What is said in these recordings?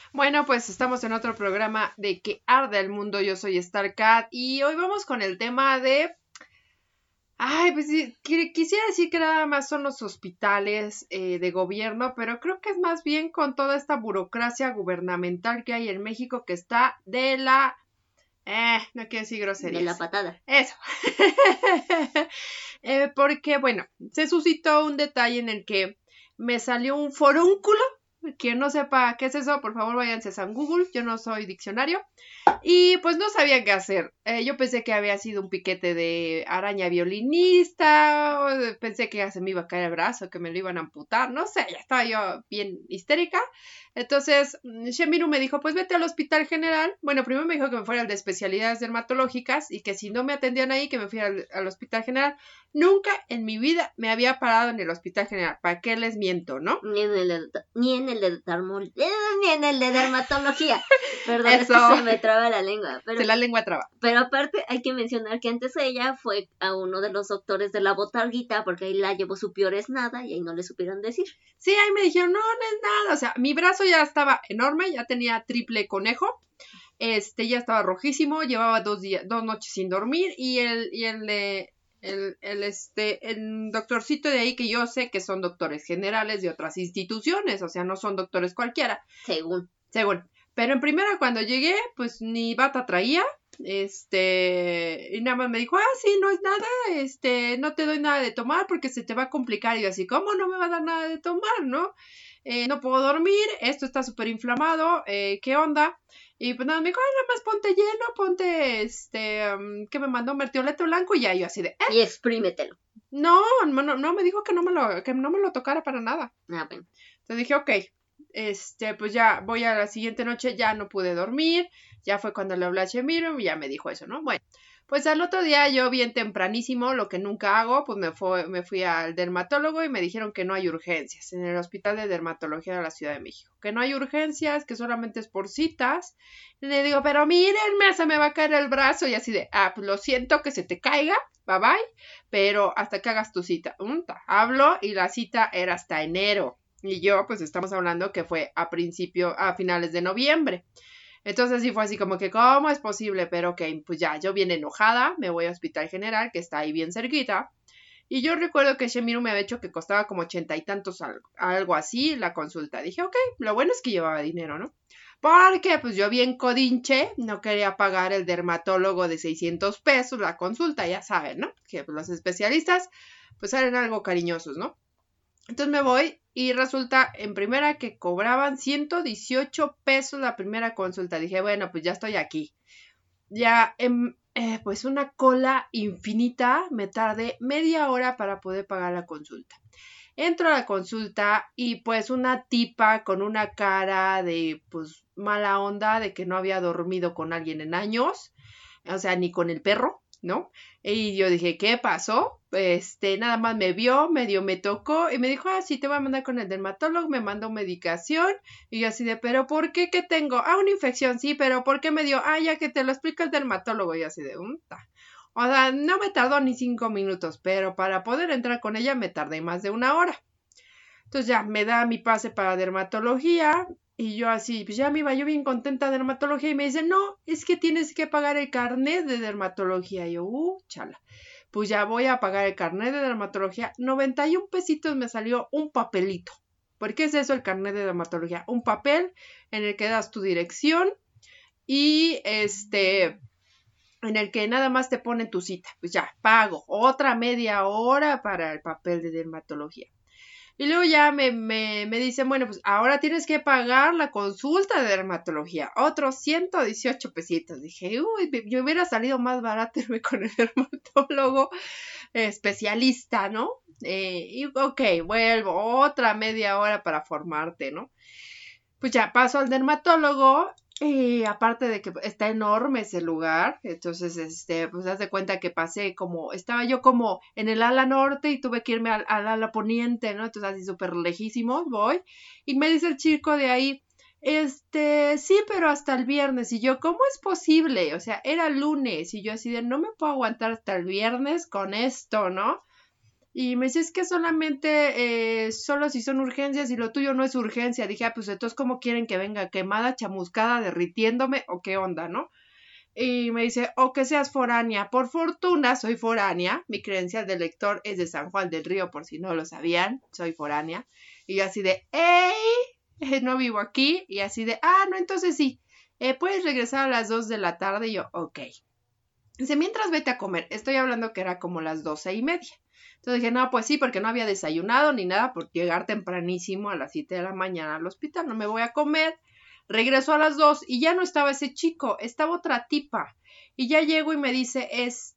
Bueno, pues estamos en otro programa de Que Arde el Mundo. Yo soy StarCat y hoy vamos con el tema de... Ay, pues sí, quisiera decir que nada más son los hospitales de gobierno, pero creo que es más bien con toda esta burocracia gubernamental que hay en México que está de la... no quiero decir De groserías. la patada. Eso. Porque, bueno, se suscitó un detalle en el que me salió un forúnculo. Quien no sepa qué es eso, por favor váyanse a San Google, yo no soy diccionario. Y pues no sabía qué hacer. Yo pensé que había sido un piquete de araña violinista, pensé que ya se me iba a caer el brazo, que me lo iban a amputar, no sé, ya estaba yo bien histérica. Entonces, Shemiru me dijo, pues vete al hospital general. Bueno, primero me dijo que me fuera al de especialidades dermatológicas y que si no me atendían ahí, que me fuera al hospital general. Nunca en mi vida me había parado en el hospital general. ¿Para qué les miento, no? Ni en el de dermatología. Perdón, es que Eso. se me traba la lengua. Se la lengua traba. Pero aparte hay que mencionar que antes ella fue a uno de los doctores de la botarguita porque ahí la llevó su peor es nada y ahí no le supieron decir. Sí, ahí me dijeron, no es nada. O sea, mi brazo ya estaba enorme, ya tenía triple conejo. Ya estaba rojísimo, llevaba 2 noches sin dormir y el doctorcito de ahí, que yo sé que son doctores generales de otras instituciones, o sea, no son doctores cualquiera. Según. Pero en primera cuando llegué, pues ni bata traía, y nada más me dijo, sí, no es nada, no te doy nada de tomar porque se te va a complicar. Y yo así, ¿cómo no me va a dar nada de tomar, no? No puedo dormir, esto está súper inflamado, ¿qué onda? Y pues nada, me dijo, nada más ponte hielo, ponte, ¿qué me mandó? Mertiolate blanco y ya, yo así de, Y exprímetelo. No, me dijo que no me lo tocara para nada. Bueno. Entonces dije, ok, pues ya voy a la siguiente noche, ya no pude dormir, ya fue cuando le hablé a Shemiru y ya me dijo eso, ¿no? Bueno, pues al otro día yo bien tempranísimo, lo que nunca hago, pues me fui al dermatólogo y me dijeron que no hay urgencias en el Hospital de Dermatología de la Ciudad de México, que no hay urgencias, que solamente es por citas. Y le digo, pero mírenme, se me va a caer el brazo y así de, pues lo siento que se te caiga, bye bye, pero hasta que hagas tu cita. Hablo y la cita era hasta enero. Y yo, pues estamos hablando que fue a finales de noviembre. Entonces sí fue así como que, ¿cómo es posible? Pero ok, pues ya, yo bien enojada, me voy a Hospital General, que está ahí bien cerquita. Y yo recuerdo que Shemiru me había dicho que costaba como 80 y tantos, algo así, la consulta. Dije, ok, lo bueno es que llevaba dinero, ¿no? Porque pues yo bien codinche, no quería pagar el dermatólogo de 600 pesos la consulta, ya saben, ¿no? Que los especialistas pues eran algo cariñosos, ¿no? Entonces me voy y resulta en primera que cobraban 118 pesos la primera consulta. Dije, bueno, pues ya estoy aquí. Ya, pues una cola infinita, me tardé media hora para poder pagar la consulta. Entro a la consulta y pues una tipa con una cara de pues mala onda, de que no había dormido con alguien en años, o sea, ni con el perro, ¿no? Y yo dije, ¿qué pasó? Nada más me vio, medio me tocó y me dijo, sí, te voy a mandar con el dermatólogo, me mandó medicación. Y yo así de, ¿pero por qué? ¿Qué tengo? Una infección, sí, pero ¿por qué me dio? Ya que te lo explica el dermatólogo. Y yo así de, O sea, no me tardó ni 5 minutos, pero para poder entrar con ella me tardé más de 1 hora. Entonces ya me da mi pase para dermatología y yo así, pues ya me iba yo bien contenta de dermatología y me dice, no, es que tienes que pagar el carnet de dermatología. Y yo, chala, pues ya voy a pagar el carnet de dermatología. 91 pesitos me salió un papelito. ¿Por qué es eso el carnet de dermatología? Un papel en el que das tu dirección y en el que nada más te ponen tu cita. Pues ya, pago otra media hora para el papel de dermatología. Y luego ya me dicen, bueno, pues ahora tienes que pagar la consulta de dermatología, otros 118 pesitos. Dije, yo hubiera salido más barato irme con el dermatólogo especialista, ¿no? Y ok, vuelvo otra media hora para formarte, ¿no? Pues ya paso al dermatólogo. Y aparte de que está enorme ese lugar, entonces, pues haz de cuenta que estaba yo como en el ala norte y tuve que irme al ala poniente, ¿no? Entonces así súper lejísimos voy. Y me dice el chico de ahí, sí, pero hasta el viernes. Y yo, ¿cómo es posible? O sea, era lunes y yo así de, no me puedo aguantar hasta el viernes con esto, ¿no? Y me dice, es que solamente, solo si son urgencias y lo tuyo no es urgencia. Dije, pues entonces, ¿cómo quieren que venga quemada, chamuscada, derritiéndome o qué onda, no? Y me dice, o que seas foránea. Por fortuna soy foránea. Mi credencial de lector es de San Juan del Río, por si no lo sabían. Soy foránea. Y yo así de, ¡ey! No vivo aquí. Y así de, no, entonces sí. Puedes regresar a las 2 de la tarde. Y yo, ok. Dice, mientras vete a comer. Estoy hablando que era como las 12:30. Entonces dije, no, pues sí, porque no había desayunado ni nada por llegar tempranísimo a las 7 de la mañana al hospital. No me voy a comer. Regreso a las 2 y ya no estaba ese chico, estaba otra tipa. Y ya llego y me dice,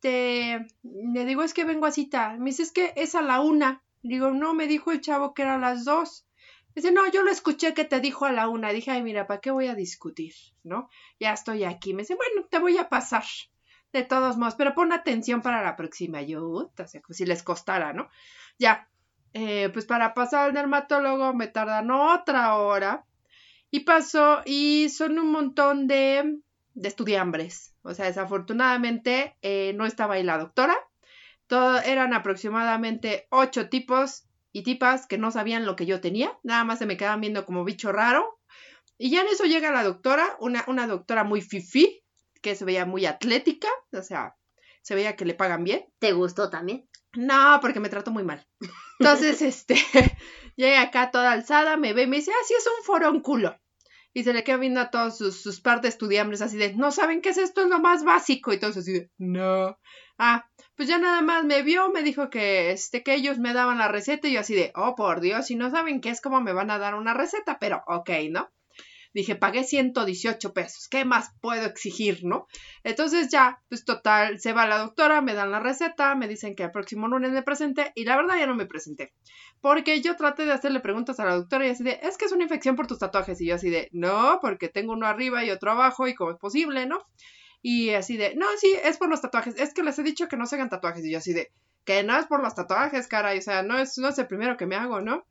le digo, es que vengo a cita. Me dice, es que es a la 1. Digo, no, me dijo el chavo que era a las 2. Dice, no, yo lo escuché que te dijo a la 1. Dije, ay, mira, ¿para qué voy a discutir? ¿No? Ya estoy aquí. Me dice, bueno, te voy a pasar. De todos modos, pero pon atención para la próxima. Yo, o sea, pues si les costara, ¿no? Ya, pues para pasar al dermatólogo me tardan otra hora. Y pasó, y son un montón de estudiambres. O sea, desafortunadamente no estaba ahí la doctora. Eran aproximadamente 8 tipos y tipas que no sabían lo que yo tenía. Nada más se me quedaban viendo como bicho raro. Y ya en eso llega la doctora, una doctora muy fifí, que se veía muy atlética. O sea, se veía que le pagan bien. ¿Te gustó también? No, porque me trató muy mal. Entonces, llega acá toda alzada, me ve y me dice, sí es un forúnculo. Y se le queda viendo a todos sus par de estudiantes así de, no saben qué es esto, es lo más básico. Y todos así de, no. Pues ya nada más me vio, me dijo que ellos me daban la receta y yo así de, oh, por Dios, si no saben qué es, ¿cómo me van a dar una receta? Pero, ok, ¿no? Dije, pagué 118 pesos, ¿qué más puedo exigir, no? Entonces ya, pues total, se va la doctora, me dan la receta, me dicen que el próximo lunes me presente y la verdad ya no me presenté. Porque yo traté de hacerle preguntas a la doctora y así de, es que es una infección por tus tatuajes. Y yo así de, no, porque tengo uno arriba y otro abajo y cómo es posible, ¿no? Y así de, no, sí, es por los tatuajes, es que les he dicho que no se hagan tatuajes. Y yo así de, que no es por los tatuajes, caray, o sea, no es el primero que me hago, ¿no?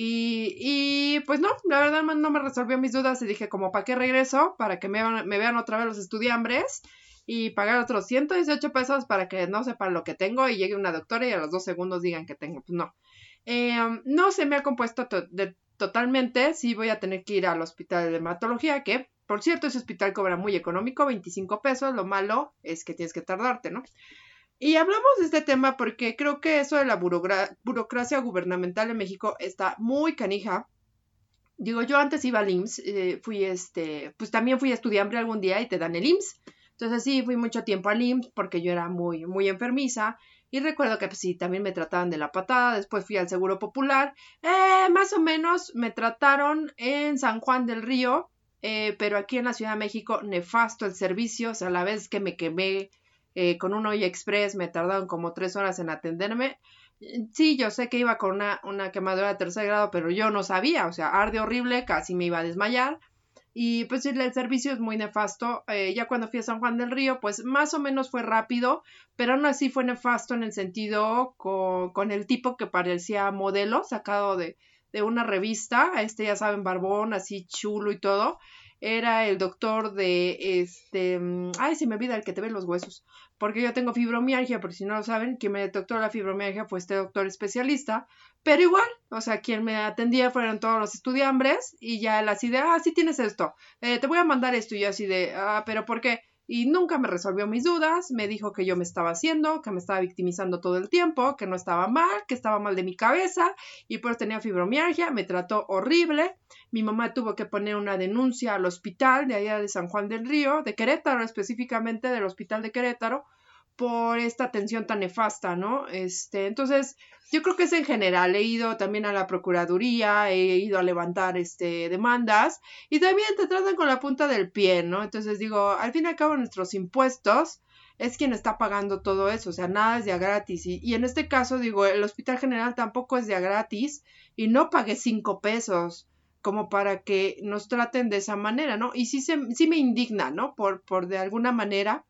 Y pues no, la verdad no me resolvió mis dudas y dije, como, ¿para qué regreso? Para que me vean otra vez los estudiambres y pagar otros 118 pesos para que no sepan lo que tengo y llegue una doctora y a los 2 segundos digan que tengo. Pues no. No se me ha compuesto totalmente. Sí voy a tener que ir al hospital de dermatología, que, por cierto, ese hospital cobra muy económico, 25 pesos. Lo malo es que tienes que tardarte, ¿no? Y hablamos de este tema porque creo que eso de la burocracia gubernamental en México está muy canija. Digo, yo antes iba al IMSS, pues también fui estudiante algún día y te dan el IMSS. Entonces sí, fui mucho tiempo al IMSS porque yo era muy, muy enfermiza. Y recuerdo que pues sí, también me trataban de la patada. Después fui al Seguro Popular. Más o menos me trataron en San Juan del Río. Pero aquí en la Ciudad de México, nefasto el servicio. O sea, a la vez que me quemé con un Oye Express, me tardaron como 3 horas en atenderme. Sí, yo sé que iba con una quemadura de 3er grado, pero yo no sabía, o sea, arde horrible, casi me iba a desmayar. Y pues el servicio es muy nefasto. Ya cuando fui a San Juan del Río, pues más o menos fue rápido, pero aún así fue nefasto en el sentido con el tipo que parecía modelo, sacado de una revista, ya saben, barbón, así chulo y todo. Era el doctor de ay, se me olvida el que te ve los huesos, porque yo tengo fibromialgia, por si no lo saben, quien me detectó la fibromialgia fue este doctor especialista, pero igual, o sea, quien me atendía fueron todos los estudiambres y ya él así de, sí tienes esto, te voy a mandar esto y yo así de, pero ¿por qué? Y nunca me resolvió mis dudas, me dijo que yo me estaba haciendo, que me estaba victimizando todo el tiempo, que no estaba mal, que estaba mal de mi cabeza y pues tenía fibromialgia, me trató horrible. Mi mamá tuvo que poner una denuncia al hospital de allá de San Juan del Río, de Querétaro específicamente, del hospital de Querétaro, por esta atención tan nefasta, ¿no? Entonces, yo creo que es en general. He ido también a la Procuraduría, he ido a levantar demandas y también te tratan con la punta del pie, ¿no? Entonces digo, al fin y al cabo nuestros impuestos es quien está pagando todo eso, o sea, nada es de a gratis. Y en este caso, digo, el Hospital General tampoco es de a gratis y no pagué 5 pesos como para que nos traten de esa manera, ¿no? Y sí me indigna, ¿no? Por de alguna manera.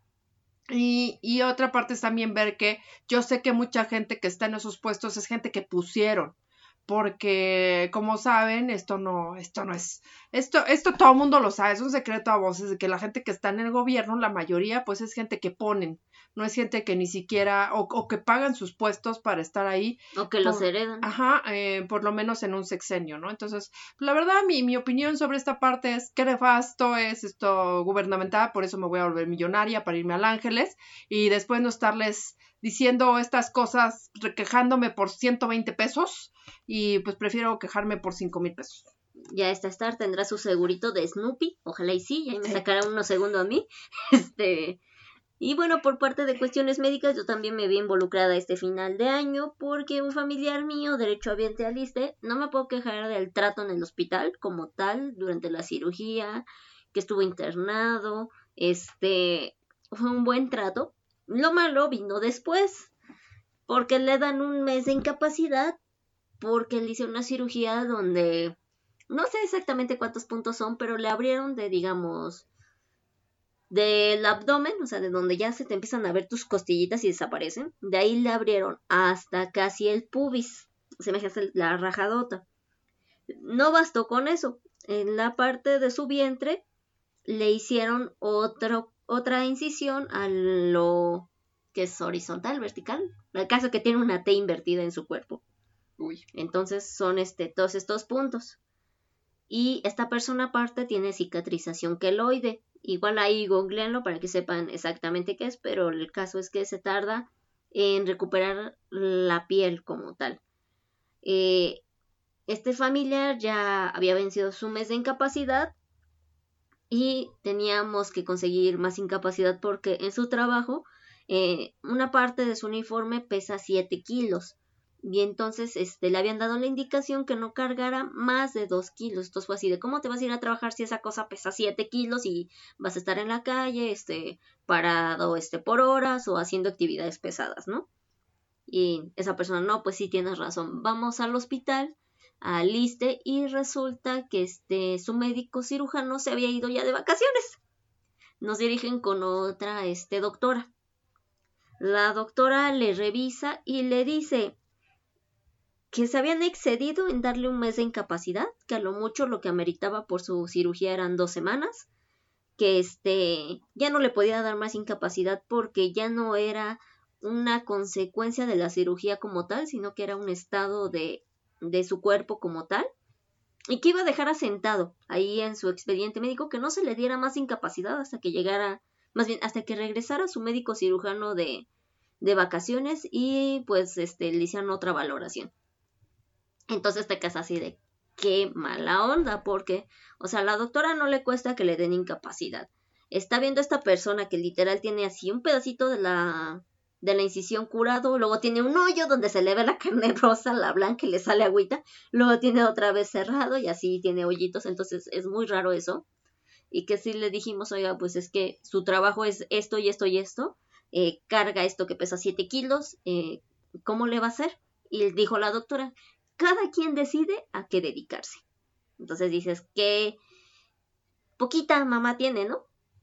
Y otra parte es también ver que yo sé que mucha gente que está en esos puestos es gente que pusieron, porque como saben, esto no es Esto todo el mundo lo sabe, es un secreto a voces de que la gente que está en el gobierno, la mayoría, pues es gente que ponen, no es gente que ni siquiera, o que pagan sus puestos para estar ahí. O que los heredan. Ajá, por lo menos en un sexenio, ¿no? Entonces, la verdad, mi opinión sobre esta parte es que nefasto es esto gubernamental, por eso me voy a volver millonaria para irme al Ángeles y después no estarles diciendo estas cosas, quejándome por 120 pesos y pues prefiero quejarme por 5,000 pesos. Ya esta Star tendrá su segurito de Snoopy, ojalá y sí, y ahí me sacará unos segundos a mí. Y bueno, por parte de cuestiones médicas, yo también me vi involucrada este final de año porque un familiar mío, derechohabiente al ISSSTE, no me puedo quejar del trato en el hospital como tal, durante la cirugía, que estuvo internado, fue un buen trato. Lo malo vino después, porque le dan un mes de incapacidad, porque le hicieron una cirugía donde, no sé exactamente cuántos puntos son, pero le abrieron digamos, del abdomen, o sea, de donde ya se te empiezan a ver tus costillitas y desaparecen, de ahí le abrieron hasta casi el pubis, se me hace la rajadota. No bastó con eso, en la parte de su vientre le hicieron otra incisión a lo que es horizontal, vertical, el caso que tiene una T invertida en su cuerpo. Uy. Entonces son todos estos puntos. Y esta persona aparte tiene cicatrización queloide. Igual ahí googleenlo para que sepan exactamente qué es, pero el caso es que se tarda en recuperar la piel como tal. Este familiar ya había vencido su mes de incapacidad y teníamos que conseguir más incapacidad porque en su trabajo una parte de su uniforme pesa 7 kilos. Y entonces le habían dado la indicación que no cargara más de 2 kilos. Entonces fue así de, ¿cómo te vas a ir a trabajar si esa cosa pesa 7 kilos y vas a estar en la calle, parado, por horas o haciendo actividades pesadas, ¿no? Y esa persona, no, pues sí tienes razón. Vamos al hospital, al ISSSTE, y resulta que su médico cirujano se había ido ya de vacaciones. Nos dirigen con otra, doctora. La doctora le revisa y le dice que se habían excedido en darle un mes de incapacidad, que a lo mucho lo que ameritaba por su cirugía eran 2 semanas, que ya no le podía dar más incapacidad porque ya no era una consecuencia de la cirugía como tal, sino que era un estado de su cuerpo como tal, y que iba a dejar asentado ahí en su expediente médico que no se le diera más incapacidad hasta que llegara, más bien hasta que regresara su médico cirujano de vacaciones y pues le hicieron otra valoración. Entonces te quedas así de qué mala onda, porque, o sea, a la doctora no le cuesta que le den incapacidad. Está viendo a esta persona que literal tiene así un pedacito de la incisión curado, luego tiene un hoyo donde se le ve la carne rosa, la blanca y le sale agüita, luego tiene otra vez cerrado y así tiene hoyitos, entonces es muy raro eso. Y que si le dijimos, oiga, pues es que su trabajo es esto y esto y esto, carga esto que pesa 7 kilos, ¿cómo le va a hacer? Y dijo la doctora, cada quien decide a qué dedicarse. Entonces dices, qué poquita mamá tiene, ¿no?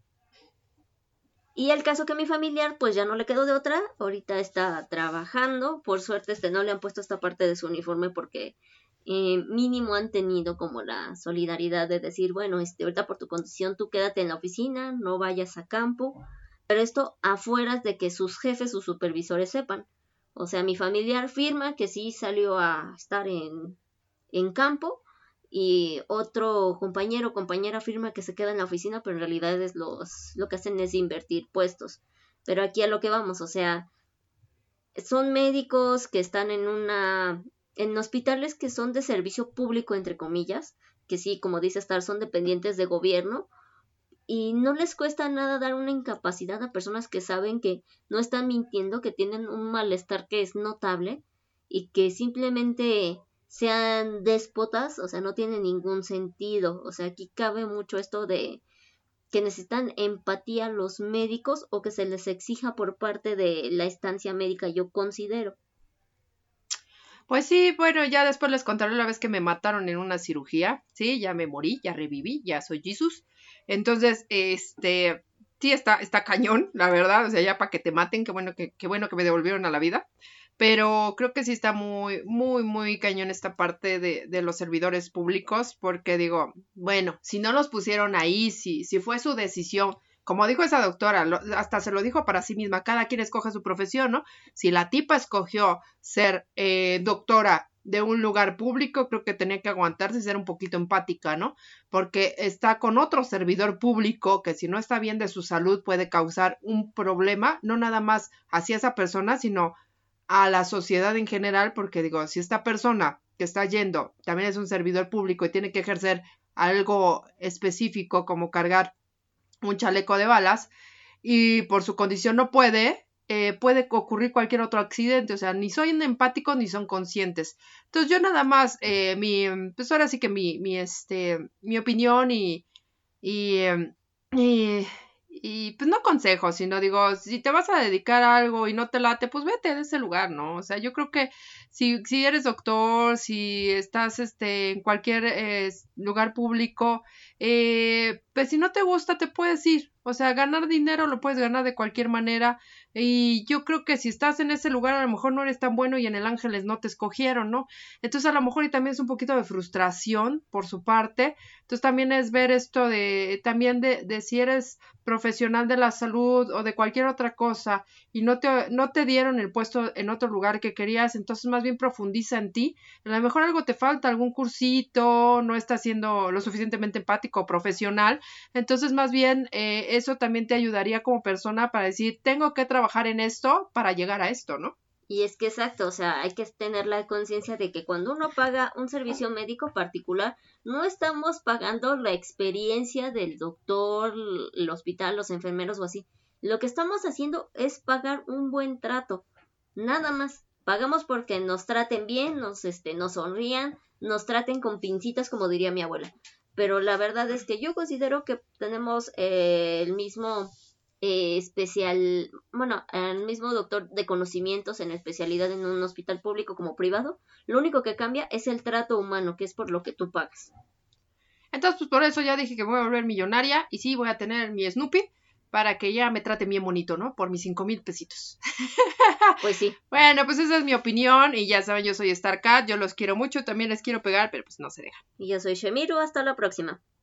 Y el caso que mi familiar, pues ya no le quedó de otra, ahorita está trabajando, por suerte no le han puesto esta parte de su uniforme porque mínimo han tenido como la solidaridad de decir, bueno, ahorita por tu condición tú quédate en la oficina, no vayas a campo, pero esto afuera de que sus jefes, sus supervisores sepan. O sea, mi familiar firma que sí salió a estar en campo y otro compañero o compañera firma que se queda en la oficina, pero en realidad lo que hacen es invertir puestos. Pero aquí a lo que vamos, o sea, son médicos que están en hospitales que son de servicio público, entre comillas, que sí, como dice Star, son dependientes de gobierno, y no les cuesta nada dar una incapacidad a personas que saben que no están mintiendo, que tienen un malestar que es notable y que simplemente sean déspotas, o sea, no tiene ningún sentido. O sea, aquí cabe mucho esto de que necesitan empatía los médicos o que se les exija por parte de la estancia médica, yo considero. Pues sí, bueno, ya después les contaré la vez que me mataron en una cirugía, sí, ya me morí, ya reviví, ya soy Jesús. Entonces, sí está cañón, la verdad, o sea, ya para que te maten, qué bueno que me devolvieron a la vida. pero creo que sí está muy, muy, muy cañón esta parte de los servidores públicos, porque digo, bueno, si no los pusieron ahí, si fue su decisión, como dijo esa doctora, hasta se lo dijo para sí misma, cada quien escoge su profesión, ¿no? Si la tipa escogió ser doctora de un lugar público, creo que tenía que aguantarse y ser un poquito empática, ¿no? Porque está con otro servidor público que si no está bien de su salud puede causar un problema, no nada más hacia esa persona, sino a la sociedad en general, porque digo, si esta persona que está yendo también es un servidor público y tiene que ejercer algo específico como cargar un chaleco de balas y por su condición no puede ocurrir cualquier otro accidente, o sea, ni son empáticos ni son conscientes. Entonces yo nada más, pues ahora sí que mi opinión y, y, y pues no consejo, sino digo, si te vas a dedicar a algo y no te late, pues vete de ese lugar, ¿no? O sea, yo creo que si eres doctor, si estás en cualquier lugar público, pues si no te gusta, te puedes ir. O sea, ganar dinero lo puedes ganar de cualquier manera. Y yo creo que si estás en ese lugar, a lo mejor no eres tan bueno y en el Ángeles no te escogieron, ¿no? Entonces, a lo mejor y también es un poquito de frustración por su parte. Entonces, también es ver esto también de si eres profesional de la salud o de cualquier otra cosa y no te dieron el puesto en otro lugar que querías, entonces más bien profundiza en ti. A lo mejor algo te falta, algún cursito, no estás siendo lo suficientemente empático o profesional, entonces más bien eso también te ayudaría como persona para decir, tengo que trabajar en esto para llegar a esto, ¿no? Y es que exacto, o sea, hay que tener la conciencia de que cuando uno paga un servicio médico particular, no estamos pagando la experiencia del doctor, el hospital, los enfermeros o así. Lo que estamos haciendo es pagar un buen trato, nada más. Pagamos porque nos traten bien, nos sonrían, nos traten con pincitas, como diría mi abuela. Pero la verdad es que yo considero que tenemos el mismo bueno, el mismo doctor de conocimientos en especialidad en un hospital público como privado. Lo único que cambia es el trato humano, que es por lo que tú pagas. Entonces, pues por eso ya dije que voy a volver millonaria y sí, voy a tener mi Snoopy para que ya me trate bien bonito, ¿no? Por mis 5,000 pesitos. Pues sí. Bueno, pues esa es mi opinión y ya saben, yo soy StarCat, yo los quiero mucho, también les quiero pegar, pero pues no se dejan. Y yo soy Shemiru, hasta la próxima.